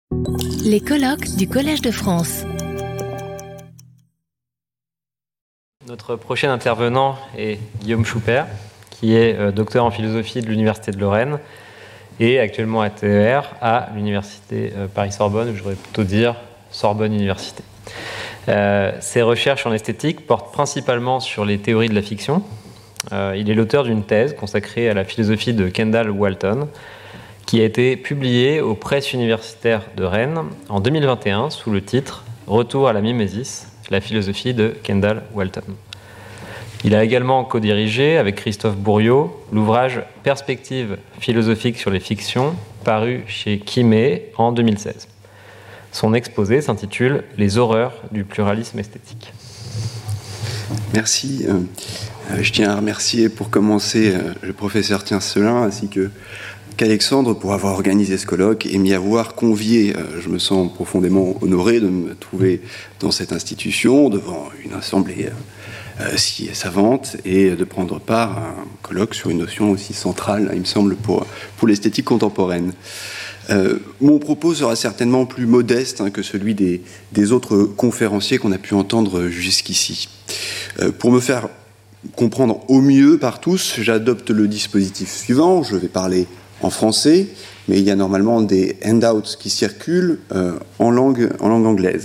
Les colloques du Collège de France. Notre prochain intervenant est Guillaume Schupper, qui est docteur en philosophie de l'Université de Lorraine et actuellement à TER à l'Université Paris-Sorbonne, ou je devrais plutôt dire Sorbonne Université. Ses recherches en esthétique portent principalement sur les théories de la fiction. Il est l'auteur d'une thèse consacrée à la philosophie de Kendall Walton, qui a été publiée aux presses universitaires de Rennes en 2021 sous le titre « Retour à la mimésis, la philosophie de Kendall Walton ». Il a également co-dirigé avec Christophe Bourriaud l'ouvrage « Perspectives philosophiques sur les fictions » paru chez Quimé en 2016. Son exposé s'intitule « Les horreurs du pluralisme esthétique ». Merci. Je tiens à remercier pour commencer le professeur Tincelin ainsi qu'Alexandre pour avoir organisé ce colloque et m'y avoir convié. Je me sens profondément honoré de me trouver dans cette institution, devant une assemblée si savante, et de prendre part à un colloque sur une notion aussi centrale, il me semble, pour l'esthétique contemporaine. Mon propos sera certainement plus modeste que celui des autres conférenciers qu'on a pu entendre jusqu'ici. Pour me faire comprendre au mieux par tous, j'adopte le dispositif suivant. Je vais parler en français, mais il y a normalement des handouts qui circulent en langue anglaise.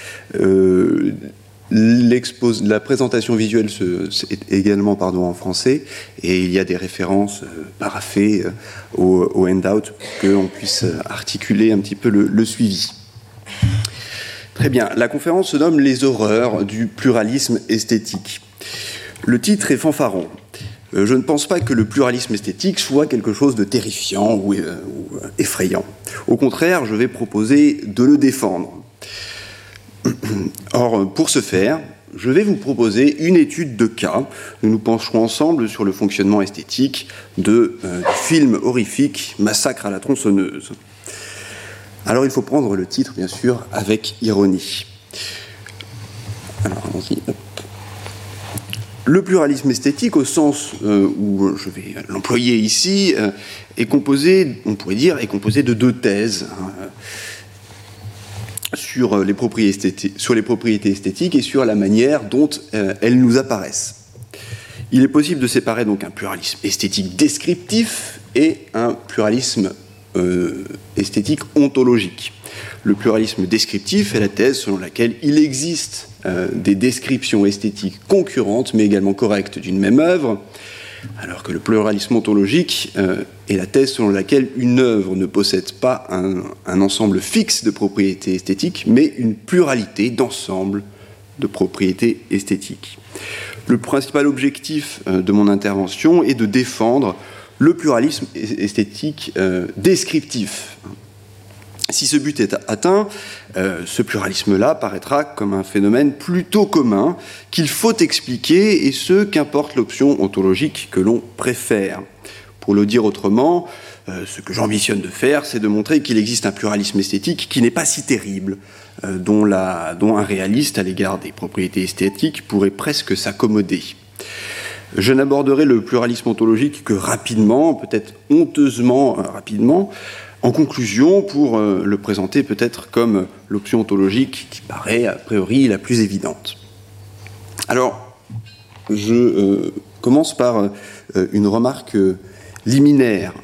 La présentation visuelle est également en français, et il y a des références paraphées au handout pour qu'on puisse articuler un petit peu le suivi. Très bien, la conférence se nomme « Les horreurs du pluralisme esthétique ». Le titre est fanfaron. Je ne pense pas que le pluralisme esthétique soit quelque chose de terrifiant ou effrayant. Au contraire, je vais proposer de le défendre. Or, pour ce faire, je vais vous proposer une étude de cas. Nous nous pencherons ensemble sur le fonctionnement esthétique du film horrifique « Massacre à la tronçonneuse ». Alors, il faut prendre le titre, bien sûr, avec ironie. Alors, allons-y. Le pluralisme esthétique, au sens où je vais l'employer ici, est composé, on pourrait dire, de deux thèses sur les propriétés esthétiques et sur la manière dont elles nous apparaissent. Il est possible de séparer donc un pluralisme esthétique descriptif et un pluralisme esthétique ontologique. Le pluralisme descriptif est la thèse selon laquelle il existe des descriptions esthétiques concurrentes mais également correctes d'une même œuvre, alors que le pluralisme ontologique est la thèse selon laquelle une œuvre ne possède pas un ensemble fixe de propriétés esthétiques, mais une pluralité d'ensembles de propriétés esthétiques. Le principal objectif de mon intervention est de défendre le pluralisme esthétique descriptif. Si ce but est atteint, ce pluralisme-là paraîtra comme un phénomène plutôt commun qu'il faut expliquer, et ce, qu'importe l'option ontologique que l'on préfère. Pour le dire autrement, ce que j'ambitionne de faire, c'est de montrer qu'il existe un pluralisme esthétique qui n'est pas si terrible, dont un réaliste à l'égard des propriétés esthétiques pourrait presque s'accommoder. Je n'aborderai le pluralisme ontologique que rapidement, peut-être honteusement rapidement, en conclusion, pour le présenter peut-être comme l'option ontologique qui paraît a priori la plus évidente. Alors, je commence par une remarque liminaire.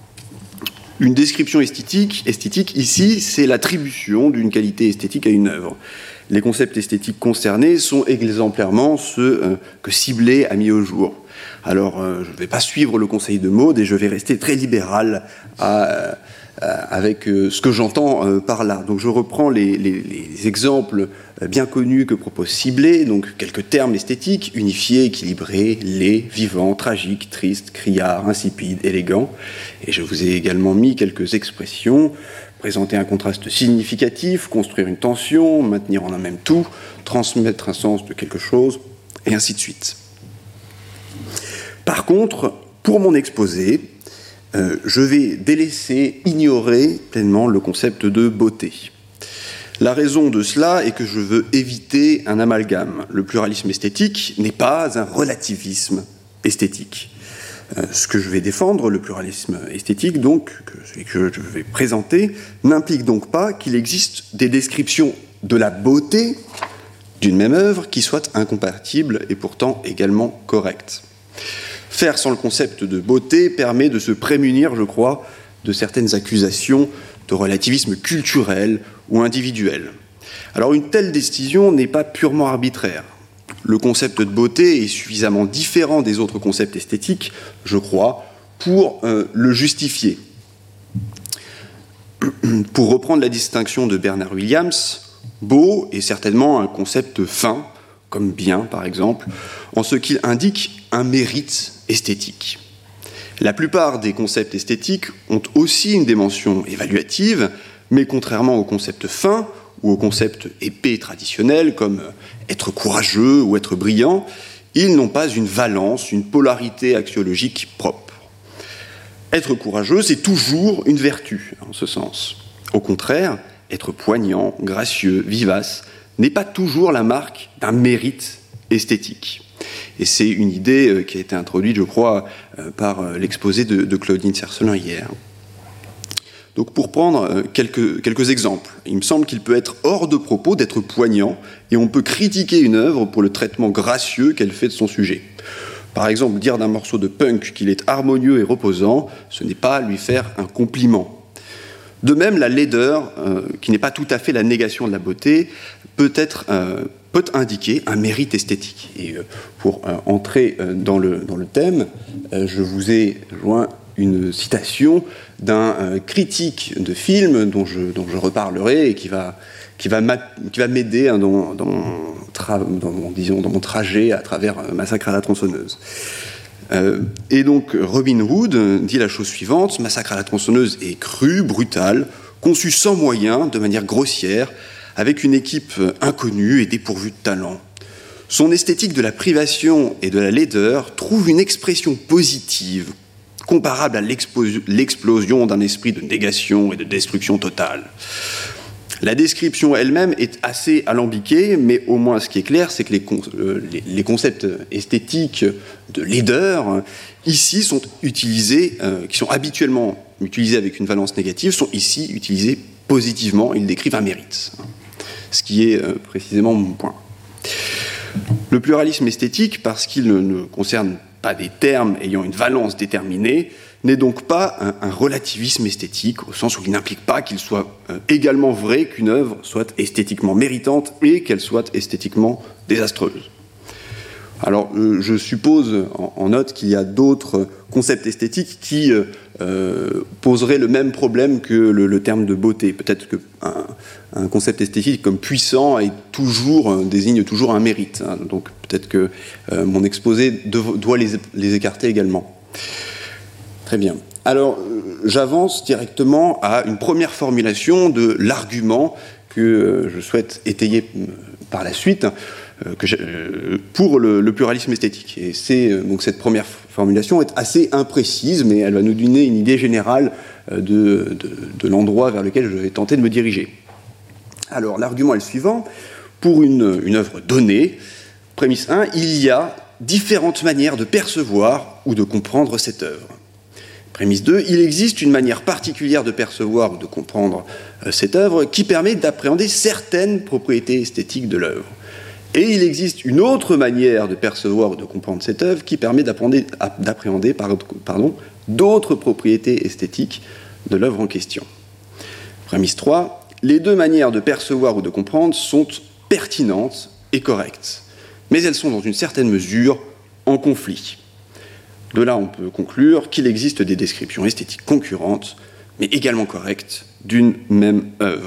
Une description esthétique ici, c'est l'attribution d'une qualité esthétique à une œuvre. Les concepts esthétiques concernés sont exemplairement ceux que Sibley a mis au jour. Alors, je ne vais pas suivre le conseil de Maud et je vais rester très libéral avec ce que j'entends par là. Donc je reprends les exemples bien connus que propose Sibley, donc quelques termes esthétiques: unifié, équilibré, laid, vivant, tragique, triste, criard, insipide, élégant. Et je vous ai également mis quelques expressions: présenter un contraste significatif, construire une tension, maintenir en un même tout, transmettre un sens de quelque chose, et ainsi de suite. Par contre, pour mon exposé, je vais ignorer pleinement le concept de beauté. La raison de cela est que je veux éviter un amalgame. Le pluralisme esthétique n'est pas un relativisme esthétique. Ce que je vais défendre, le pluralisme esthétique, donc, que je vais présenter, n'implique donc pas qu'il existe des descriptions de la beauté d'une même œuvre qui soient incompatibles et pourtant également correctes. Faire sans le concept de beauté permet de se prémunir, je crois, de certaines accusations de relativisme culturel ou individuel. Alors une telle décision n'est pas purement arbitraire. Le concept de beauté est suffisamment différent des autres concepts esthétiques, je crois, pour le justifier. Pour reprendre la distinction de Bernard Williams, beau est certainement un concept fin, comme bien par exemple, en ce qu'il indique un mérite esthétique. La plupart des concepts esthétiques ont aussi une dimension évaluative, mais contrairement au concept fin ou au concept épais traditionnel comme être courageux ou être brillant, ils n'ont pas une valence, une polarité axiologique propre. Être courageux, c'est toujours une vertu, en ce sens. Au contraire, être poignant, gracieux, vivace, n'est pas toujours la marque d'un mérite esthétique. Et c'est une idée qui a été introduite, je crois, par l'exposé de Claudine Cercelin hier. Donc pour prendre quelques exemples, il me semble qu'il peut être hors de propos d'être poignant et on peut critiquer une œuvre pour le traitement gracieux qu'elle fait de son sujet. Par exemple, dire d'un morceau de punk qu'il est harmonieux et reposant, ce n'est pas lui faire un compliment. De même, la laideur, qui n'est pas tout à fait la négation de la beauté, peut indiquer un mérite esthétique. Et pour entrer dans le thème, je vous ai joint une citation d'un critique de film dont je reparlerai et qui va m'aider dans mon trajet à travers Massacre à la tronçonneuse. Et donc Robin Hood dit la chose suivante: Massacre à la tronçonneuse est cru, brutal, conçu sans moyens, de manière grossière, avec une équipe inconnue et dépourvue de talent. Son esthétique de la privation et de la laideur trouve une expression positive, comparable à l'explosion d'un esprit de négation et de destruction totale. La description elle-même est assez alambiquée, mais au moins ce qui est clair, c'est que les concepts esthétiques de laideur, ici, sont utilisés, qui sont habituellement utilisés avec une valence négative, sont ici utilisés positivement, ils décrivent un mérite. Ce qui est précisément mon point. Le pluralisme esthétique, parce qu'il ne concerne pas des termes ayant une valence déterminée, n'est donc pas un relativisme esthétique, au sens où il n'implique pas qu'il soit également vrai qu'une œuvre soit esthétiquement méritante et qu'elle soit esthétiquement désastreuse. Alors, je suppose en note qu'il y a d'autres concepts esthétiques qui poseraient le même problème que le terme de beauté. Peut-être qu'un concept esthétique comme puissant désigne toujours un mérite. Hein. Donc, peut-être que mon exposé doit les écarter également. Très bien. Alors, j'avance directement à une première formulation de l'argument que je souhaite étayer par la suite pour le pluralisme esthétique. Et donc cette première formulation est assez imprécise, mais elle va nous donner une idée générale de l'endroit vers lequel je vais tenter de me diriger. Alors, l'argument est le suivant. Pour une œuvre donnée, prémisse 1, il y a différentes manières de percevoir ou de comprendre cette œuvre. Prémisse 2, il existe une manière particulière de percevoir ou de comprendre cette œuvre qui permet d'appréhender certaines propriétés esthétiques de l'œuvre. Et il existe une autre manière de percevoir ou de comprendre cette œuvre qui permet d'appréhender d'autres propriétés esthétiques de l'œuvre en question. Prémisse 3, les deux manières de percevoir ou de comprendre sont pertinentes et correctes, mais elles sont dans une certaine mesure en conflit. De là, on peut conclure qu'il existe des descriptions esthétiques concurrentes, mais également correctes, d'une même œuvre.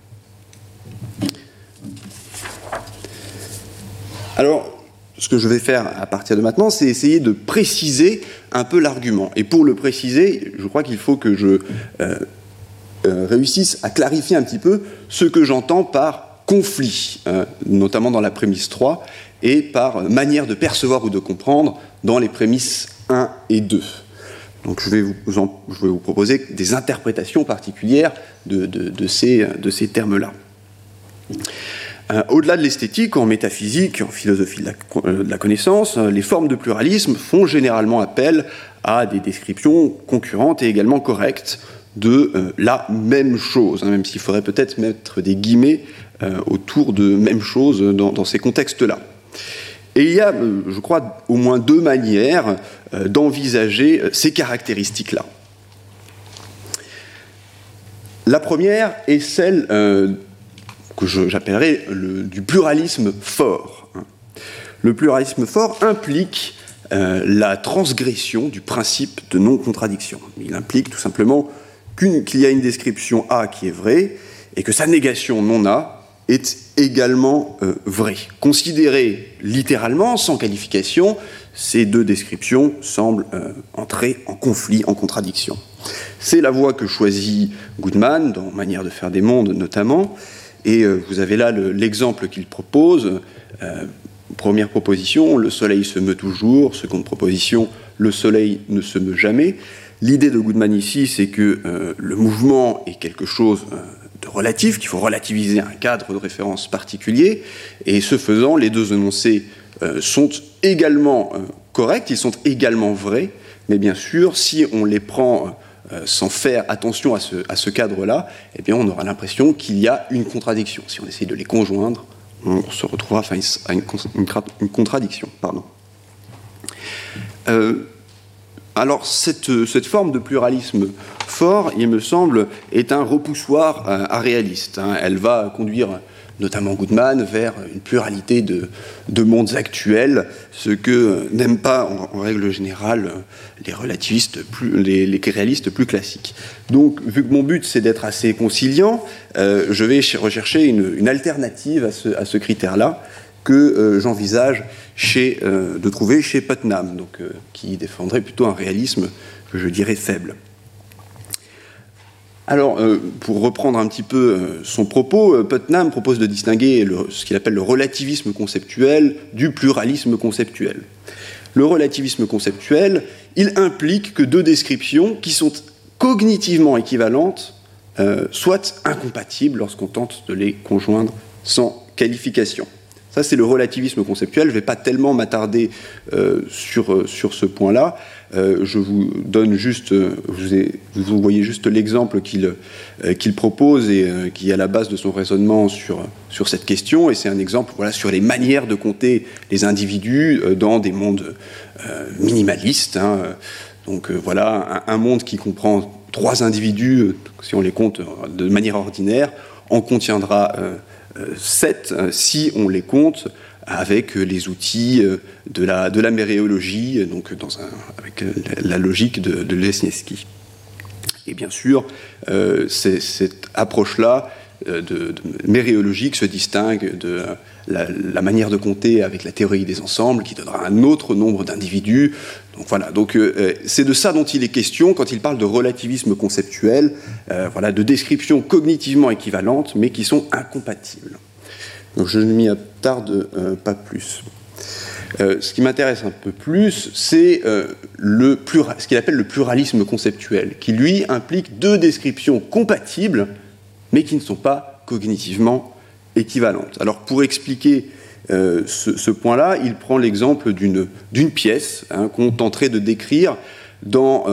Alors, ce que je vais faire à partir de maintenant, c'est essayer de préciser un peu l'argument. Et pour le préciser, je crois qu'il faut que je réussisse à clarifier un petit peu ce que j'entends par conflit, notamment dans la prémisse 3, et par manière de percevoir ou de comprendre dans les prémisses 1 et 2. Donc je vais vous proposer des interprétations particulières de ces termes-là. Au-delà de l'esthétique, en métaphysique, en philosophie de la connaissance, les formes de pluralisme font généralement appel à des descriptions concurrentes et également correctes de la même chose, même s'il faudrait peut-être mettre des guillemets autour de même chose dans ces contextes-là. Et il y a, je crois, au moins deux manières d'envisager ces caractéristiques-là. La première est celle que j'appellerais du pluralisme fort. Le pluralisme fort implique la transgression du principe de non-contradiction. Il implique tout simplement qu'il y a une description A qui est vraie et que sa négation non A est également vraie. Considérées littéralement, sans qualification, ces deux descriptions semblent entrer en conflit, en contradiction. C'est la voie que choisit Goodman, dans Manière de faire des mondes notamment, et vous avez là l'exemple qu'il propose. Première proposition, le soleil se meut toujours. Seconde proposition, le soleil ne se meut jamais. L'idée de Goodman ici, c'est que le mouvement est quelque chose de relatif, qu'il faut relativiser un cadre de référence particulier, et ce faisant, les deux énoncés sont également corrects, ils sont également vrais, mais bien sûr, si on les prend sans faire attention à ce cadre-là, eh bien, on aura l'impression qu'il y a une contradiction. Si on essaye de les conjoindre, on se retrouvera face à une contradiction. Pardon. Alors, cette forme de pluralisme fort, il me semble, est un repoussoir aréaliste. Elle va conduire notamment Goodman vers une pluralité de mondes actuels, ce que n'aiment pas, en règle générale, les relativistes, les réalistes plus classiques. Donc, vu que mon but, c'est d'être assez conciliant, je vais rechercher une alternative à ce critère-là, que j'envisage de trouver chez Putnam, donc, qui défendrait plutôt un réalisme que je dirais faible. Alors, pour reprendre un petit peu son propos, Putnam propose de distinguer ce qu'il appelle le relativisme conceptuel du pluralisme conceptuel. Le relativisme conceptuel, il implique que deux descriptions qui sont cognitivement équivalentes soient incompatibles lorsqu'on tente de les conjoindre sans qualification. Ça, c'est le relativisme conceptuel. Je ne vais pas tellement m'attarder sur ce point-là. Je vous donne juste, vous voyez juste l'exemple qu'il propose et qui est à la base de son raisonnement sur cette question. Et c'est un exemple, voilà, sur les manières de compter les individus dans des mondes minimalistes. Donc voilà, un monde qui comprend 3 individus, si on les compte de manière ordinaire, en contiendra 7 si on les compte avec les outils de la méréologie, donc avec la logique de Lesniewski. Et bien sûr, cette approche-là de méréologique se distingue de la manière de compter avec la théorie des ensembles, qui donnera un autre nombre d'individus. Donc voilà, c'est de ça dont il est question quand il parle de relativisme conceptuel, voilà, de descriptions cognitivement équivalentes, mais qui sont incompatibles. Donc je ne m'y attarde pas plus. Ce qui m'intéresse un peu plus, c'est ce qu'il appelle le pluralisme conceptuel, qui lui implique 2 descriptions compatibles, mais qui ne sont pas cognitivement équivalentes. Alors pour expliquer ce point-là, il prend l'exemple d'une pièce qu'on tenterait de décrire dans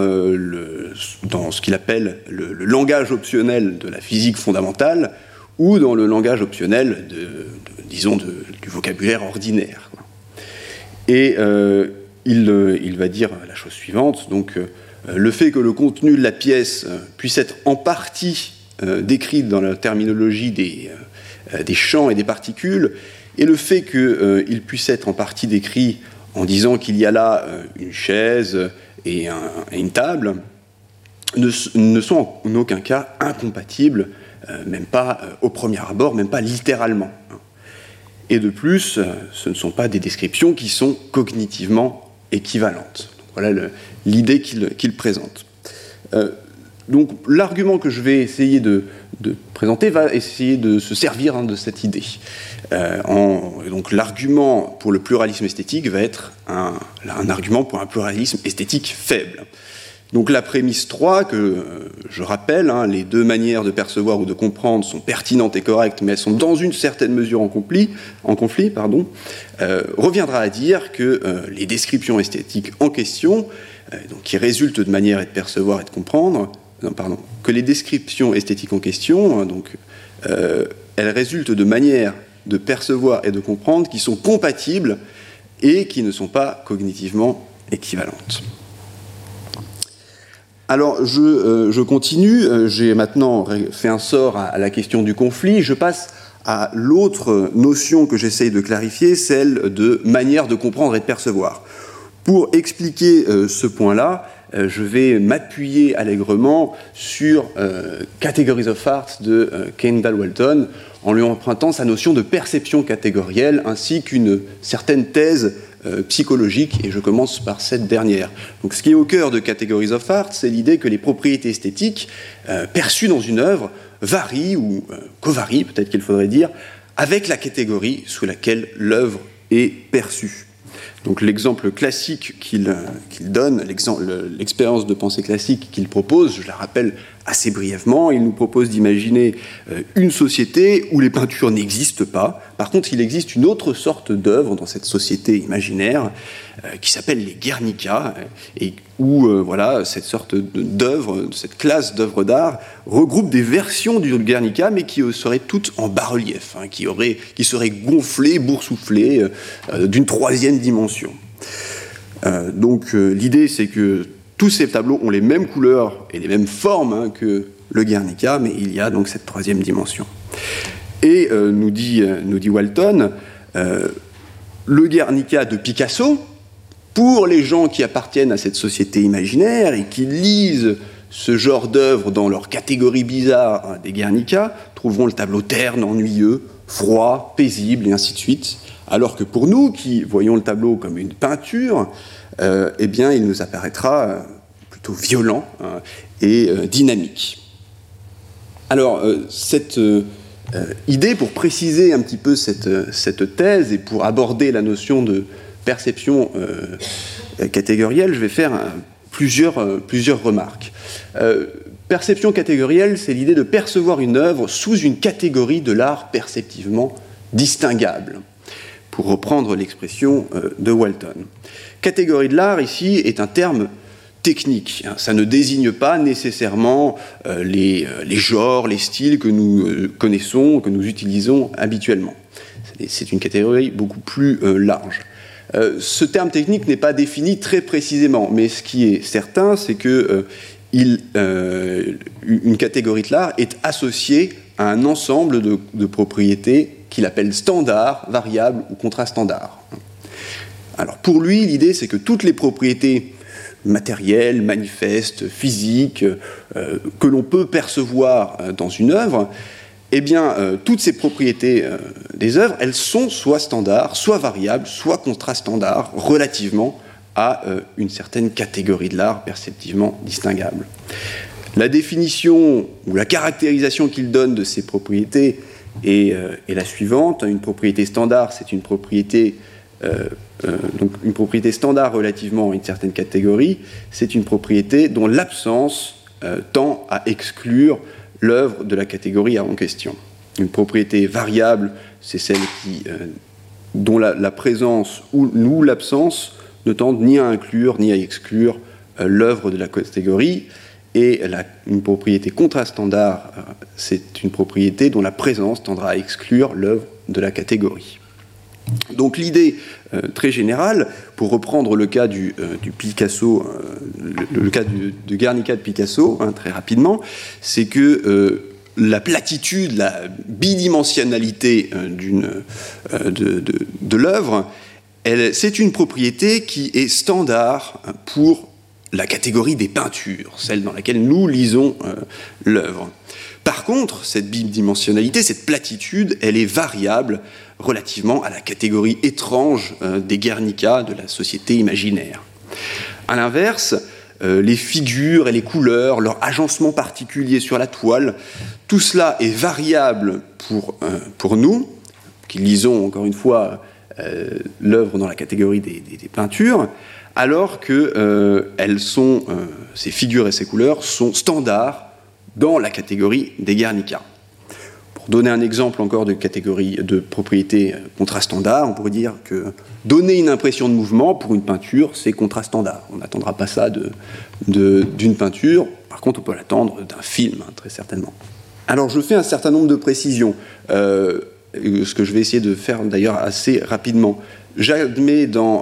ce qu'il appelle le langage optionnel de la physique fondamentale, ou dans le langage optionnel, disons, du vocabulaire ordinaire. Et il va dire la chose suivante, donc le fait que le contenu de la pièce puisse être en partie décrit dans la terminologie des champs et des particules, et le fait qu'il puisse être en partie décrit en disant qu'il y a là une chaise et une table, ne sont en aucun cas incompatibles, même pas au premier abord, même pas littéralement. Et de plus, ce ne sont pas des descriptions qui sont cognitivement équivalentes. Donc, voilà l'idée qu'il présente. Donc l'argument que je vais essayer de présenter va essayer de se servir de cette idée. Donc l'argument pour le pluralisme esthétique va être un argument pour un pluralisme esthétique faible. Donc la prémisse 3, que je rappelle, les deux manières de percevoir ou de comprendre sont pertinentes et correctes, mais elles sont dans une certaine mesure en conflit, reviendra à dire que les descriptions esthétiques en question, donc qui résultent de manière de percevoir et de comprendre, que les descriptions esthétiques en question, elles résultent de manières de percevoir et de comprendre qui sont compatibles et qui ne sont pas cognitivement équivalentes. Alors, je continue. J'ai maintenant fait un sort à la question du conflit. Je passe à l'autre notion que j'essaye de clarifier, celle de manière de comprendre et de percevoir. Pour expliquer ce point-là, je vais m'appuyer allègrement sur Categories of Art de Kendall Walton, en lui empruntant sa notion de perception catégorielle, ainsi qu'une certaine thèse psychologique, et je commence par cette dernière. Donc, ce qui est au cœur de Categories of Art, c'est l'idée que les propriétés esthétiques perçues dans une œuvre varient, ou covarient, peut-être qu'il faudrait dire, avec la catégorie sous laquelle l'œuvre est perçue. Donc l'exemple classique qu'il donne, l'expérience de pensée classique qu'il propose, je la rappelle assez brièvement, il nous propose d'imaginer une société où les peintures n'existent pas. Par contre, il existe une autre sorte d'œuvre dans cette société imaginaire qui s'appelle les Guernica, et où cette sorte d'œuvre, cette classe d'œuvres d'art regroupe des versions du Guernica, mais qui seraient toutes en bas-relief, qui seraient gonflées, boursouflées d'une troisième dimension. L'idée, c'est que tous ces tableaux ont les mêmes couleurs et les mêmes formes que le Guernica, mais il y a donc cette troisième dimension. Et nous dit Walton, le Guernica de Picasso, pour les gens qui appartiennent à cette société imaginaire et qui lisent ce genre d'œuvre dans leur catégorie bizarre des Guernica, trouveront le tableau terne, ennuyeux, froid, paisible, et ainsi de suite. Alors que pour nous, qui voyons le tableau comme une peinture, il nous apparaîtra plutôt violent et dynamique. Alors, cette idée, pour préciser un petit peu cette thèse et pour aborder la notion de perception catégorielle, je vais faire plusieurs remarques. Perception catégorielle, c'est l'idée de percevoir une œuvre sous une catégorie de l'art perceptivement distinguable, pour reprendre l'expression de Walton. Catégorie de l'art, ici, est un terme technique. Ça ne désigne pas nécessairement les genres, les styles que nous connaissons, que nous utilisons habituellement. C'est une catégorie beaucoup plus large. Ce terme technique n'est pas défini très précisément, mais ce qui est certain, c'est que une catégorie de l'art est associée à un ensemble de propriétés qu'il appelle standards, variables ou contrastandards. Alors pour lui, l'idée, c'est que toutes les propriétés matérielles, manifestes, physiques, que l'on peut percevoir dans une œuvre, toutes ces propriétés des œuvres, elles sont soit standards, soit variables, soit contrastandards, relativement à une certaine catégorie de l'art perceptivement distinguable. La définition ou la caractérisation qu'il donne de ces propriétés est la suivante. Une propriété standard, c'est une propriété standard relativement à une certaine catégorie, c'est une propriété dont l'absence tend à exclure l'œuvre de la catégorie en question. Une propriété variable, c'est celle dont la présence ou l'absence ne tendent ni à inclure ni à exclure l'œuvre de la catégorie. Et une propriété contrastandard, c'est une propriété dont la présence tendra à exclure l'œuvre de la catégorie. Donc l'idée très générale, pour reprendre le cas du Picasso, le cas du Guernica de Picasso, très rapidement, c'est que la platitude, la bidimensionnalité de l'œuvre, c'est une propriété qui est standard pour la catégorie des peintures, celle dans laquelle nous lisons l'œuvre. Par contre, cette bidimensionnalité, cette platitude, elle est variable relativement à la catégorie étrange des Guernica de la société imaginaire. A l'inverse, les figures et les couleurs, leur agencement particulier sur la toile, tout cela est variable pour nous, qui lisons encore une fois l'œuvre dans la catégorie des peintures, alors que ces figures et ces couleurs sont standards dans la catégorie des Guernica. Pour donner un exemple encore de catégorie de propriété contrastandard, on pourrait dire que donner une impression de mouvement pour une peinture, c'est contrastandard. On n'attendra pas ça d'une peinture, par contre on peut l'attendre d'un film, très certainement. Alors je fais un certain nombre de précisions, ce que je vais essayer de faire d'ailleurs assez rapidement. J'admets dans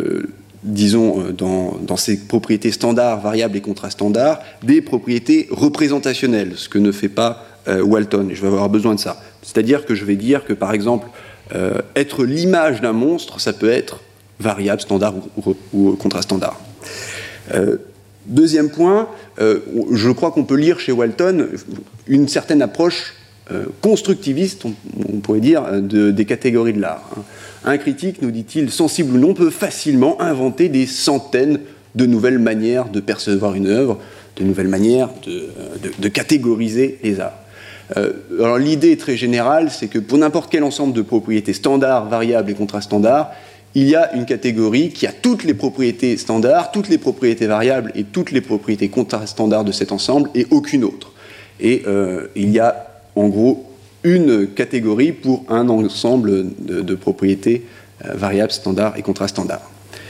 ces propriétés standards, variables et contrastandards, des propriétés représentationnelles, ce que ne fait pas Walton, et je vais avoir besoin de ça. C'est-à-dire que je vais dire que, par exemple, être l'image d'un monstre, ça peut être variable, standard ou contrastandard. Deuxième point, je crois qu'on peut lire chez Walton une certaine approche constructiviste, on pourrait dire, des catégories de l'art. Un critique, nous dit-il, sensible ou non, peut facilement inventer des centaines de nouvelles manières de percevoir une œuvre, de nouvelles manières de catégoriser les arts. Alors l'idée très générale, c'est que pour n'importe quel ensemble de propriétés standards, variables et contrastandards, il y a une catégorie qui a toutes les propriétés standards, toutes les propriétés variables et toutes les propriétés contrastandards de cet ensemble et aucune autre. Et il y a en gros une catégorie pour un ensemble de propriétés variables, standards et contrastandards.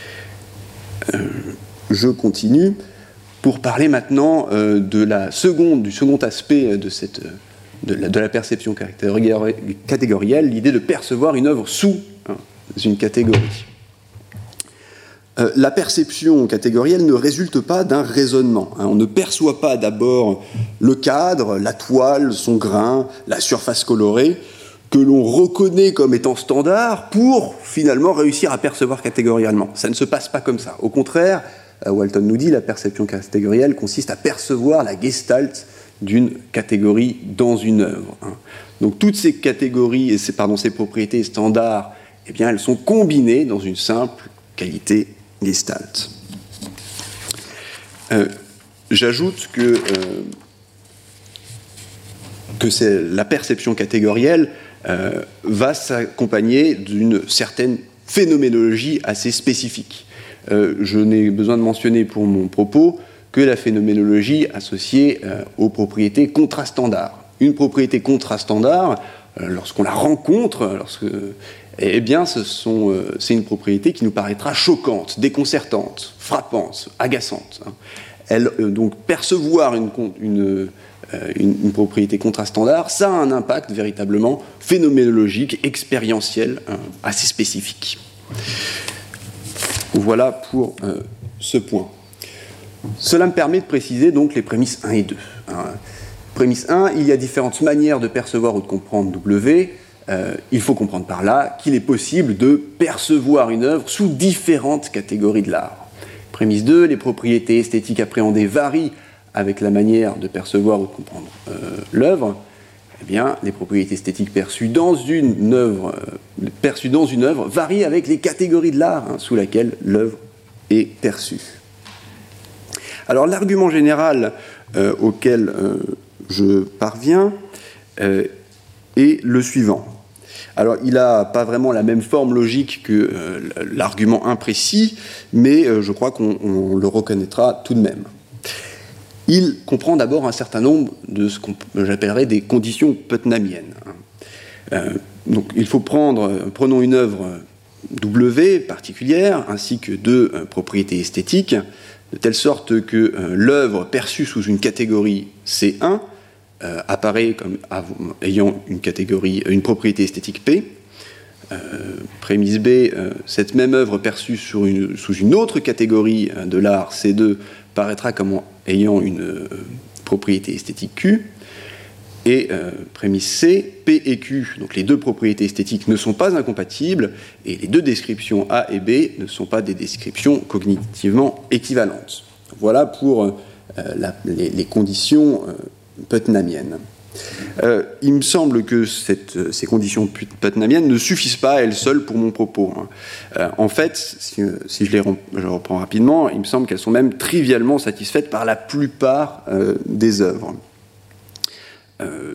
Je continue pour parler maintenant du second aspect de la perception catégorielle, l'idée de percevoir une œuvre sous une catégorie. La perception catégorielle ne résulte pas d'un raisonnement. On ne perçoit pas d'abord le cadre, la toile, son grain, la surface colorée, que l'on reconnaît comme étant standard pour finalement réussir à percevoir catégoriellement. Ça ne se passe pas comme ça. Au contraire, Walton nous dit, la perception catégorielle consiste à percevoir la gestalt d'une catégorie dans une œuvre. Donc toutes ces catégories et ces propriétés standards, eh bien, elles sont combinées dans une simple qualité gestalt. J'ajoute que la perception catégorielle va s'accompagner d'une certaine phénoménologie assez spécifique. Je n'ai besoin de mentionner pour mon propos que la phénoménologie associée aux propriétés contrastandards. Une propriété contrastandard, lorsqu'on la rencontre, eh bien, c'est une propriété qui nous paraîtra choquante, déconcertante, frappante, agaçante. Donc, percevoir une propriété contrastandard, ça a un impact véritablement phénoménologique, expérientiel, assez spécifique. Voilà pour ce point. Cela me permet de préciser donc les prémices 1 et 2. Prémisse 1, il y a différentes manières de percevoir ou de comprendre W. Il faut comprendre par là qu'il est possible de percevoir une œuvre sous différentes catégories de l'art. Prémisse 2, les propriétés esthétiques appréhendées varient avec la manière de percevoir ou de comprendre l'œuvre. Eh bien, les propriétés esthétiques perçues dans une œuvre varient avec les catégories de l'art sous laquelle l'œuvre est perçue. Alors, l'argument général auquel je parviens est le suivant. Alors, il n'a pas vraiment la même forme logique que l'argument imprécis, mais je crois qu'on le reconnaîtra tout de même. Il comprend d'abord un certain nombre de ce que j'appellerais des conditions putnamiennes. Donc, il faut prenons une œuvre W particulière, ainsi que deux propriétés esthétiques, de telle sorte que l'œuvre perçue sous une catégorie C1 apparaît comme ayant une propriété esthétique P. Prémisse B, cette même œuvre perçue sous une autre catégorie de l'art C2 paraîtra comme ayant une propriété esthétique Q. Et prémisse C, P et Q, donc les deux propriétés esthétiques ne sont pas incompatibles, et les deux descriptions A et B ne sont pas des descriptions cognitivement équivalentes. Voilà pour les conditions putnamiennes. Il me semble que ces conditions putnamiennes ne suffisent pas à elles seules pour mon propos. En fait, si je reprends rapidement, il me semble qu'elles sont même trivialement satisfaites par la plupart des œuvres.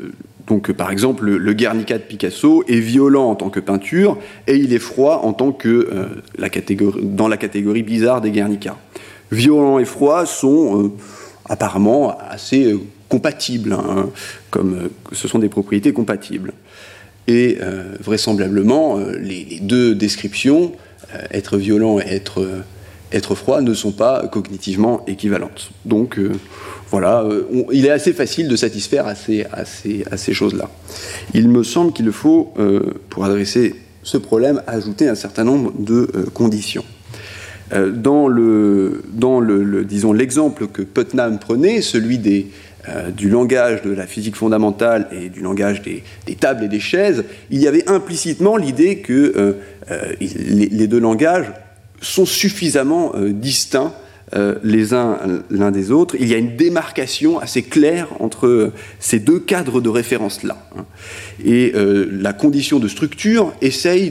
Donc, par exemple, le Guernica de Picasso est violent en tant que peinture et il est froid en tant que dans la catégorie bizarre des Guernica. Violent et froid sont apparemment assez compatibles, hein, comme ce sont des propriétés compatibles. Et vraisemblablement, les deux descriptions, être violent et être froid, ne sont pas cognitivement équivalentes. Donc, voilà, il est assez facile de satisfaire à ces choses-là. Il me semble qu'il faut, pour adresser ce problème, ajouter un certain nombre de conditions. Dans disons, l'exemple que Putnam prenait, celui du langage de la physique fondamentale et du langage des tables et des chaises, il y avait implicitement l'idée que les deux langages sont suffisamment distincts l'un des autres. Il y a une démarcation assez claire entre ces deux cadres de référence-là. Et la condition de structure essaye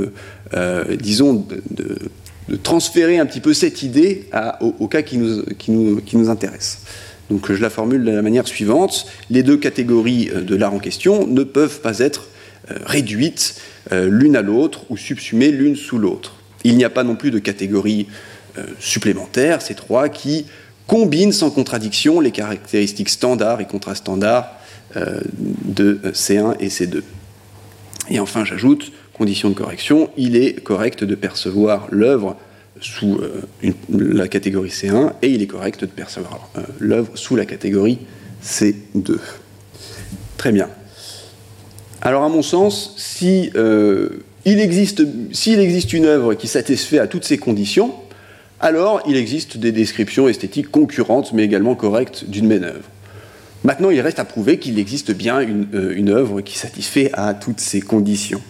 disons, de transférer un petit peu cette idée au cas qui nous intéresse. Donc je la formule de la manière suivante. Les deux catégories de l'art en question ne peuvent pas être réduites l'une à l'autre ou subsumées l'une sous l'autre. Il n'y a pas non plus de catégories supplémentaires, ces trois qui combinent sans contradiction les caractéristiques standards et contrastandards de C1 et C2. Et enfin, j'ajoute, condition de correction, il est correct de percevoir l'œuvre sous la catégorie C1 et il est correct de percevoir l'œuvre sous la catégorie C2. Très bien. Alors, à mon sens, s'il existe une œuvre qui satisfait à toutes ces conditions, alors il existe des descriptions esthétiques concurrentes, mais également correctes d'une même œuvre. Maintenant, il reste à prouver qu'il existe bien une œuvre qui satisfait à toutes ces conditions.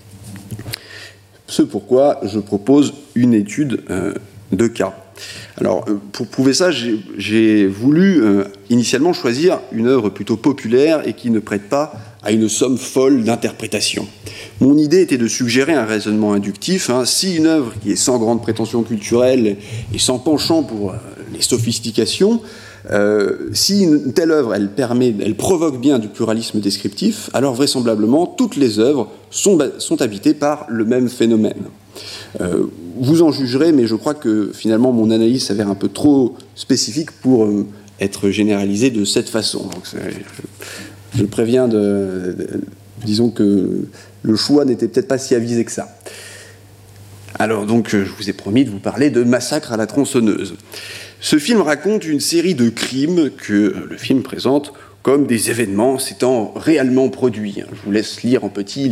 Ce pourquoi je propose une étude de cas. Alors, pour prouver ça, j'ai voulu initialement choisir une œuvre plutôt populaire et qui ne prête pas à une somme folle d'interprétations. Mon idée était de suggérer un raisonnement inductif. Si une œuvre qui est sans grande prétention culturelle et sans penchant pour les sophistications, si une telle œuvre, elle provoque bien du pluralisme descriptif, alors vraisemblablement toutes les œuvres sont habitées par le même phénomène. Vous en jugerez, mais je crois que finalement mon analyse s'avère un peu trop spécifique pour être généralisée de cette façon. Donc, je préviens disons que le choix n'était peut-être pas si avisé que ça. Alors donc, je vous ai promis de vous parler de Massacre à la tronçonneuse. Ce film raconte une série de crimes que le film présente comme des événements s'étant réellement produits. Je vous laisse lire en petit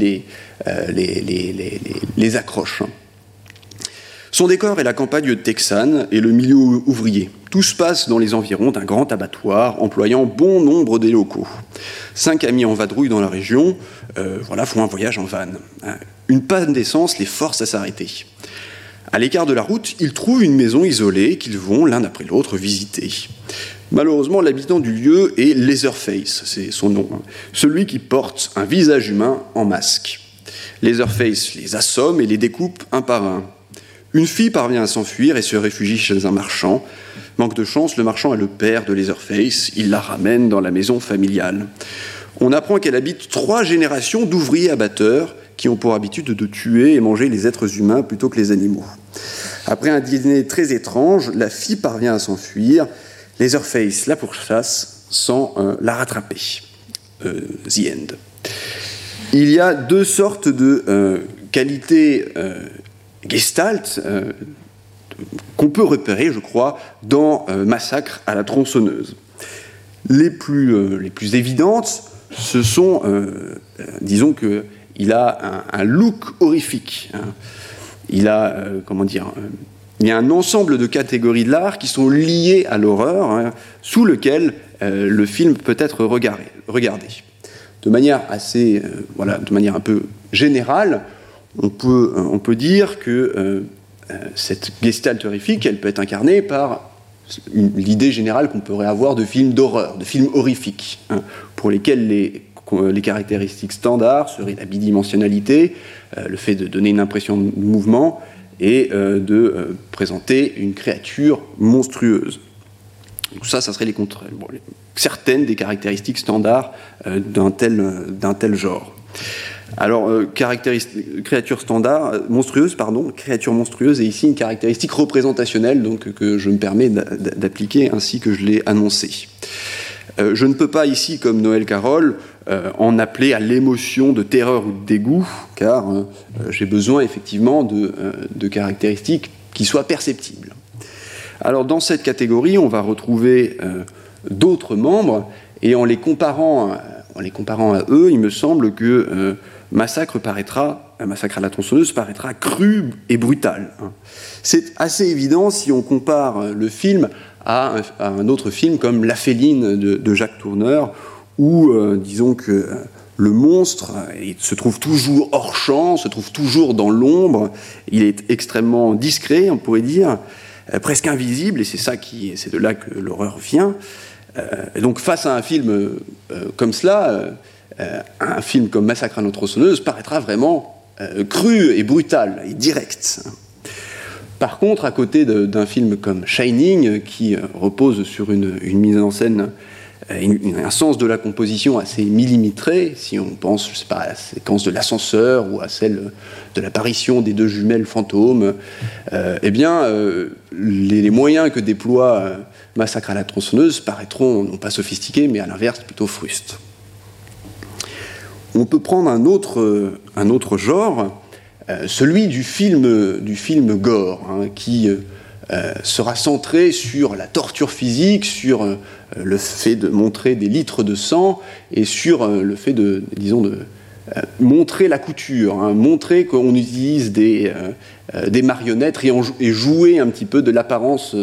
les accroches. Son décor est la campagne texane et le milieu ouvrier. Tout se passe dans les environs d'un grand abattoir employant bon nombre des locaux. 5 amis en vadrouille dans la région font un voyage en van. Une panne d'essence les force à s'arrêter. À l'écart de la route, ils trouvent une maison isolée qu'ils vont l'un après l'autre visiter. Malheureusement, l'habitant du lieu est Leatherface, c'est son nom, celui qui porte un visage humain en masque. Leatherface les assomme et les découpe un par un. Une fille parvient à s'enfuir et se réfugie chez un marchand. Manque de chance, le marchand est le père de Leatherface. Il la ramène dans la maison familiale. On apprend qu'elle habite 3 générations d'ouvriers abatteurs qui ont pour habitude de tuer et manger les êtres humains plutôt que les animaux. Après un dîner très étrange, la fille parvient à s'enfuir. Leatherface la pourchasse sans la rattraper. The end. Il y a 2 sortes de qualités gestalt qu'on peut repérer, je crois, dans Massacre à la tronçonneuse. Les plus évidentes, ce sont, disons qu'il a un look horrifique. Il a, il y a un ensemble de catégories de l'art qui sont liées à l'horreur, sous lequel le film peut être regardé. De manière de manière un peu générale, on peut dire que cette gestalt horrifique, elle peut être incarnée par l'idée générale qu'on pourrait avoir de films d'horreur, de films horrifiques, pour lesquels les caractéristiques standards seraient la bidimensionnalité, le fait de donner une impression de mouvement et de présenter une créature monstrueuse. Donc ça serait certaines des caractéristiques standards d'un tel genre. Alors, créature monstrueuse est ici une caractéristique représentationnelle donc, que je me permets d'appliquer ainsi que je l'ai annoncé. Je ne peux pas ici, comme Noël Carroll, en appeler à l'émotion de terreur ou de dégoût, car j'ai besoin effectivement de caractéristiques qui soient perceptibles. Alors dans cette catégorie, on va retrouver d'autres membres, et en les comparant à eux, il me semble que Massacre à la tronçonneuse paraîtra cru et brutal. C'est assez évident si on compare le film à un autre film comme La Féline de Jacques Tourneur, où disons que le monstre il se trouve toujours hors champ, se trouve toujours dans l'ombre, il est extrêmement discret, on pourrait dire, presque invisible, et c'est de là que l'horreur vient. Et donc face à un film comme cela, un film comme Massacre à la tronçonneuse paraîtra vraiment cru et brutal et direct. Par contre, à côté d'un film comme Shining, qui repose sur une mise en scène, un sens de la composition assez millimétré, si on pense, je sais pas, à la séquence de l'ascenseur ou à celle de l'apparition des deux jumelles fantômes, les moyens que déploie Massacre à la tronçonneuse paraîtront non pas sophistiqués, mais à l'inverse plutôt frustes. On peut prendre un autre genre, celui du film gore, qui sera centré sur la torture physique, sur le fait de montrer des litres de sang et sur le fait de montrer la couture, montrer qu'on utilise des marionnettes et jouer un petit peu de l'apparence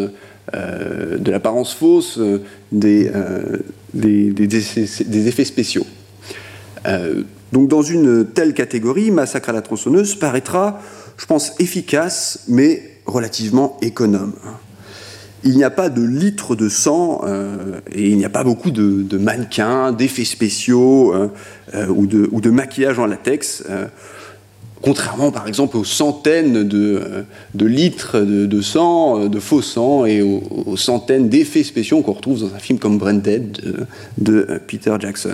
fausse des effets spéciaux. Donc dans une telle catégorie, Massacre à la tronçonneuse paraîtra, je pense, efficace, mais relativement économe. Il n'y a pas de litres de sang et il n'y a pas beaucoup de mannequins, d'effets spéciaux ou de maquillage en latex, contrairement par exemple aux centaines de litres de sang, de faux sang, et aux centaines d'effets spéciaux qu'on retrouve dans un film comme Branded de Peter Jackson.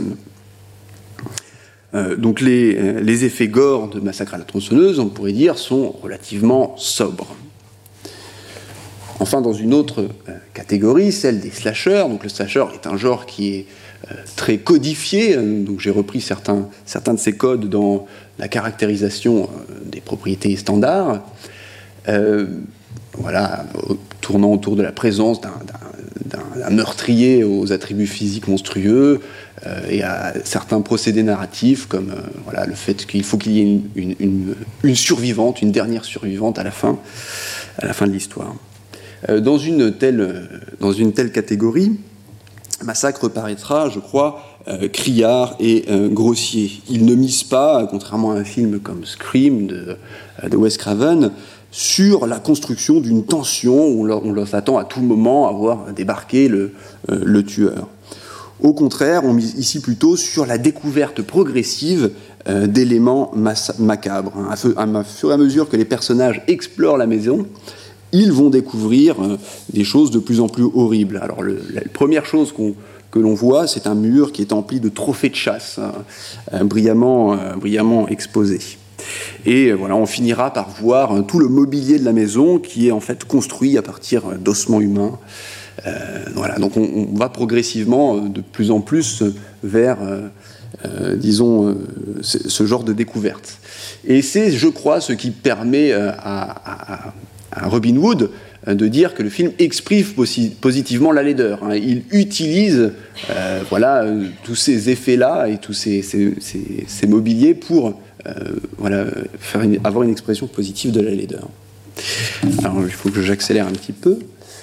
Donc les effets gore de Massacre à la tronçonneuse, on pourrait dire, sont relativement sobres. Enfin, dans une autre catégorie, celle des slashers. Donc le slasher est un genre qui est très codifié. Donc j'ai repris certains de ces codes dans la caractérisation des propriétés standards. Tournant autour de la présence d'un meurtrier aux attributs physiques monstrueux, et à certains procédés narratifs comme le fait qu'il faut qu'il y ait une survivante, une dernière survivante à la fin de l'histoire. Dans une telle catégorie, Massacre paraîtra, je crois, criard et grossier. Il ne mise pas, contrairement à un film comme Scream de Wes Craven, sur la construction d'une tension où on s'attend à tout moment à voir débarquer le tueur. Au contraire, on mise ici plutôt sur la découverte progressive d'éléments macabres. À fur et à mesure que les personnages explorent la maison, ils vont découvrir des choses de plus en plus horribles. Alors la première chose que l'on voit, c'est un mur qui est empli de trophées de chasse, brillamment exposés. Et on finira par voir tout le mobilier de la maison qui est en fait construit à partir d'ossements humains. Donc on va progressivement de plus en plus vers, ce genre de découverte. Et c'est, je crois, ce qui permet à Robin Wood de dire que le film exprime positivement la laideur. Il utilise tous ces effets-là et tous ces mobiliers pour avoir une expression positive de la laideur. Alors il faut que j'accélère un petit peu.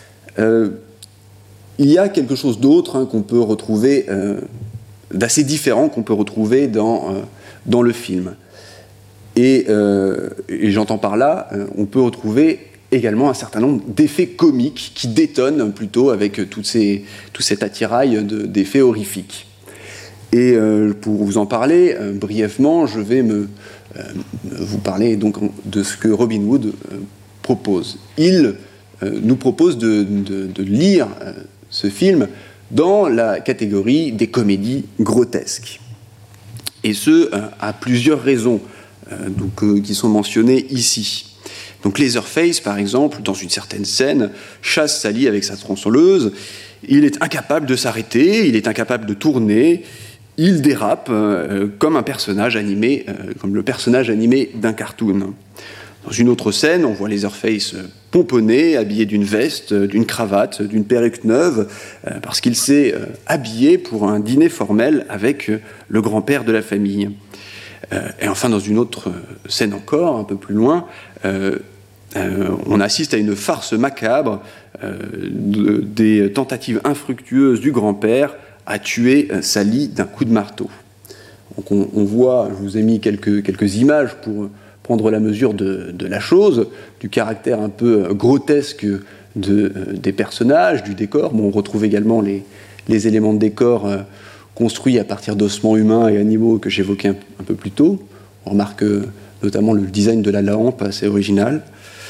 Il y a quelque chose d'autre qu'on peut retrouver, d'assez différent qu'on peut retrouver dans le film. Et j'entends par là, on peut retrouver également un certain nombre d'effets comiques qui détonnent plutôt avec tout cet attirail d'effets horrifiques. Et pour vous en parler brièvement, je vais vous parler donc de ce que Robin Wood propose. Il nous propose de lire ce film dans la catégorie des comédies grotesques. Et ce, à plusieurs raisons qui sont mentionnées ici. Donc Leatherface, par exemple, dans une certaine scène, chasse Sally avec sa tronçonneuse. Il est incapable de s'arrêter, il est incapable de tourner, il dérape comme un personnage animé, comme le personnage animé d'un cartoon. Dans une autre scène, on voit Leatherface pomponné, habillé d'une veste, d'une cravate, d'une perruque neuve, parce qu'il s'est habillé pour un dîner formel avec le grand-père de la famille. Et enfin, dans une autre scène encore, un peu plus loin, on assiste à une farce macabre des tentatives infructueuses du grand-père à tuer Sally d'un coup de marteau. Donc on voit, je vous ai mis quelques images pour prendre la mesure de la chose, du caractère un peu grotesque des personnages, du décor. Bon, on retrouve également les éléments de décor construits à partir d'ossements humains et animaux que j'évoquais un peu plus tôt. On remarque notamment le design de la lampe, assez original.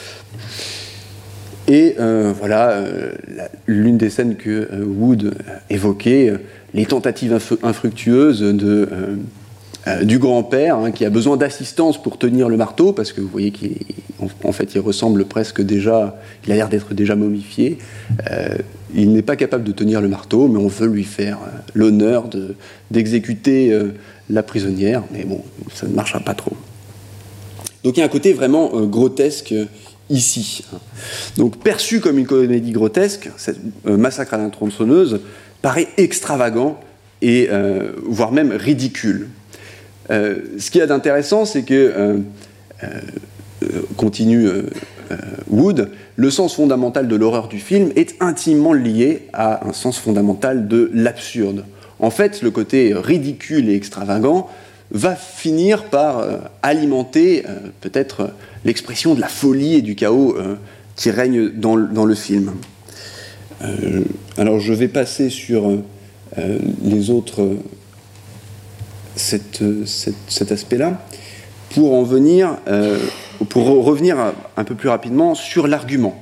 Et voilà, l'une des scènes que Wood évoquait, les tentatives infructueuses du grand-père, qui a besoin d'assistance pour tenir le marteau, parce que vous voyez qu'en fait il ressemble presque déjà, il a l'air d'être déjà momifié. Il n'est pas capable de tenir le marteau, mais on veut lui faire l'honneur d'exécuter la prisonnière, mais bon, ça ne marchera pas trop. Donc il y a un côté vraiment grotesque ici. Donc perçu comme une comédie grotesque, cette Massacre à la tronçonneuse paraît extravagant et voire même ridicule. Ce qu'il y a d'intéressant, c'est que, continue Wood, le sens fondamental de l'horreur du film est intimement lié à un sens fondamental de l'absurde. En fait, le côté ridicule et extravagant va finir par alimenter peut-être l'expression de la folie et du chaos qui règne dans le film. Alors je vais passer sur les autres... cet aspect-là, pour revenir un peu plus rapidement sur l'argument.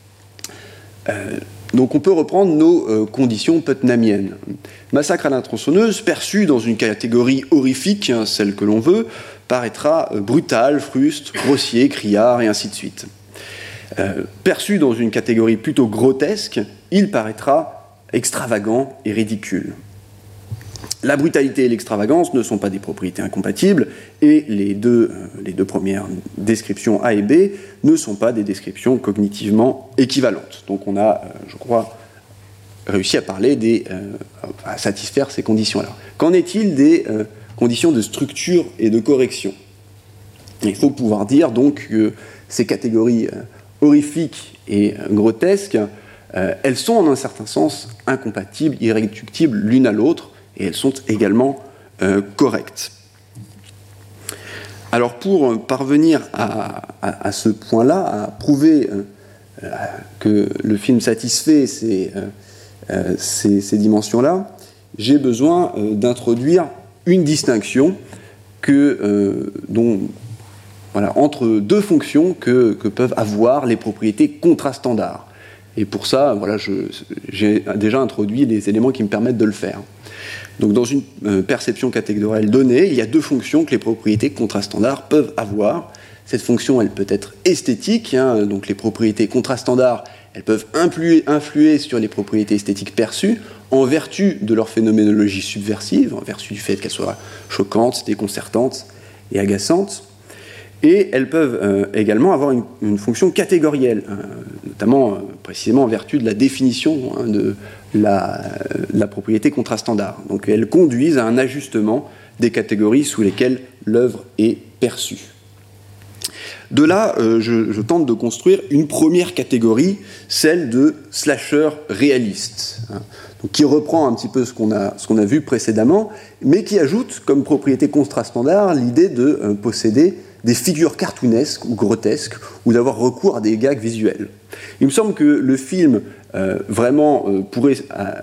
Donc on peut reprendre nos conditions putnamiennes. Massacre à la tronçonneuse, perçu dans une catégorie horrifique, celle que l'on veut, paraîtra brutal, fruste, grossier, criard, et ainsi de suite. Perçu dans une catégorie plutôt grotesque, il paraîtra extravagant et ridicule. La brutalité et l'extravagance ne sont pas des propriétés incompatibles, et les deux premières descriptions A et B ne sont pas des descriptions cognitivement équivalentes. Donc on a, je crois, réussi à à satisfaire ces conditions-là. Qu'en est-il des conditions de structure et de correction ? Il faut pouvoir dire donc que ces catégories horrifiques et grotesques, elles sont en un certain sens incompatibles, irréductibles l'une à l'autre, et elles sont également correctes. Alors pour parvenir à ce point-là, à prouver que le film satisfait ces dimensions-là, j'ai besoin d'introduire une distinction entre deux fonctions que peuvent avoir les propriétés contrastandards. Et pour ça, voilà, j'ai déjà introduit les éléments qui me permettent de le faire. Donc dans une perception catégorielle donnée, il y a deux fonctions que les propriétés contrastandards peuvent avoir. Cette fonction, elle peut être esthétique, donc les propriétés contrastandards, elles peuvent influer sur les propriétés esthétiques perçues en vertu de leur phénoménologie subversive, en vertu du fait qu'elles soient choquantes, déconcertantes et agaçantes. Et elles peuvent également avoir une fonction catégorielle, notamment précisément en vertu de la définition de la propriété contrastandard. Donc elles conduisent à un ajustement des catégories sous lesquelles l'œuvre est perçue. De là, je tente de construire une première catégorie, celle de slasher réaliste, donc qui reprend un petit peu ce qu'on a vu précédemment, mais qui ajoute comme propriété contrastandard l'idée de posséder des figures cartoonesques ou grotesques, ou d'avoir recours à des gags visuels. Il me semble que le film pourrait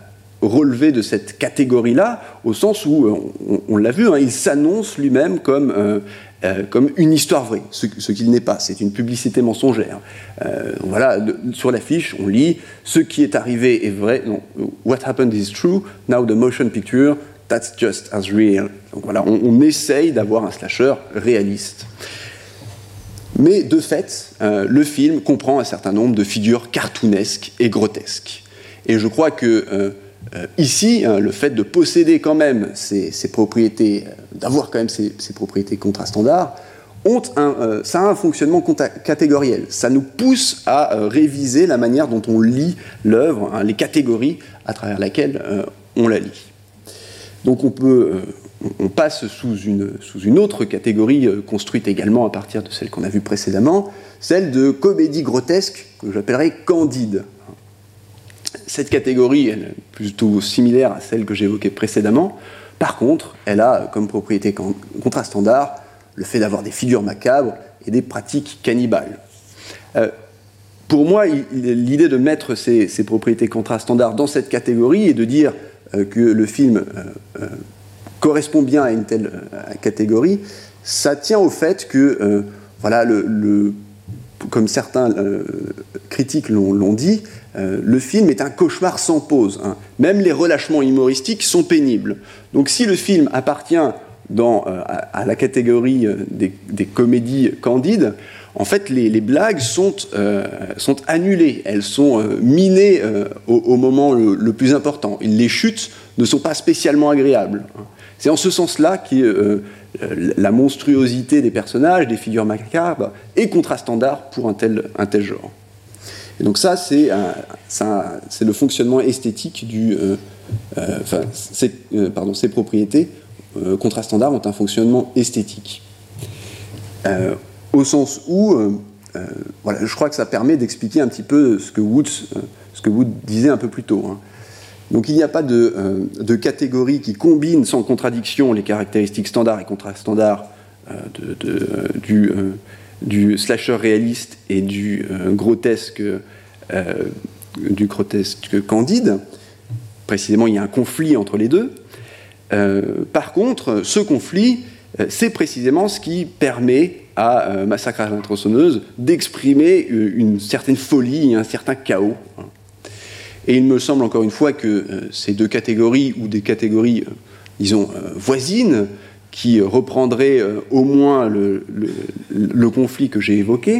relever de cette catégorie-là, au sens où, on l'a vu, il s'annonce lui-même comme une histoire vraie, ce qu'il n'est pas. C'est une publicité mensongère. Voilà, sur l'affiche, on lit « Ce qui est arrivé est vrai. Non, what happened is true. Now the motion picture, that's just as real. » Donc voilà, on essaye d'avoir un slasher réaliste. Mais de fait, le film comprend un certain nombre de figures cartoonesques et grotesques. Et je crois que ici, le fait de posséder quand même ces propriétés, d'avoir quand même ces propriétés contrastandards, ça a un fonctionnement catégoriel. Ça nous pousse à réviser la manière dont on lit l'œuvre, les catégories à travers lesquelles on la lit. Donc on passe sous une autre catégorie construite également à partir de celle qu'on a vue précédemment, celle de comédie grotesque, que j'appellerais candide. Cette catégorie elle est plutôt similaire à celle que j'évoquais précédemment. Par contre, elle a comme propriété contrastandard le fait d'avoir des figures macabres et des pratiques cannibales. Pour moi, l'idée de mettre ces propriétés contrastandards dans cette catégorie et de dire que le film correspond bien à une telle catégorie, ça tient au fait que, comme certains critiques l'ont dit, le film est un cauchemar sans pause. Même les relâchements humoristiques sont pénibles. Donc si le film appartient à la catégorie des comédies candides, en fait les blagues sont annulées, elles sont minées au moment le plus important. Les chutes ne sont pas spécialement agréables. C'est en ce sens-là que la monstruosité des personnages, des figures macabres, est contrastandard pour un tel genre. Et donc ça, c'est le fonctionnement esthétique ces propriétés contrastandards ont un fonctionnement esthétique. Au sens où, je crois que ça permet d'expliquer un petit peu ce que Wood disait un peu plus tôt. Donc il n'y a pas de catégorie qui combine sans contradiction les caractéristiques standards et contrastandards du slasher réaliste et du grotesque candide. Précisément, il y a un conflit entre les deux. Par contre, ce conflit, c'est précisément ce qui permet à Massacre à la tronçonneuse d'exprimer une certaine folie et un certain chaos. Et il me semble encore une fois que ces deux catégories, ou des catégories, disons, voisines, qui reprendraient au moins le conflit que j'ai évoqué,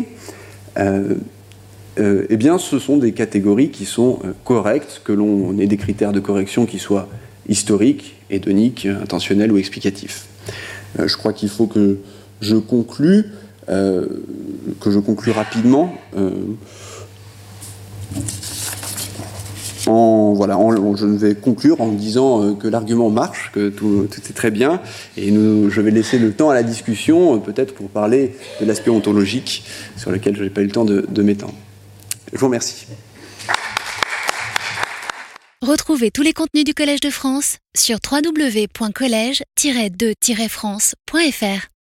eh bien, ce sont des catégories qui sont correctes, que l'on ait des critères de correction qui soient historiques, hédoniques, intentionnels ou explicatifs. Je crois qu'il faut que je conclue rapidement. Je vais conclure en disant que l'argument marche, que tout est très bien, et je vais laisser le temps à la discussion, peut-être pour parler de l'aspect ontologique, sur lequel je n'ai pas eu le temps de m'étendre. Je vous remercie. Retrouvez tous les contenus du Collège de France sur www.college-2-france.fr.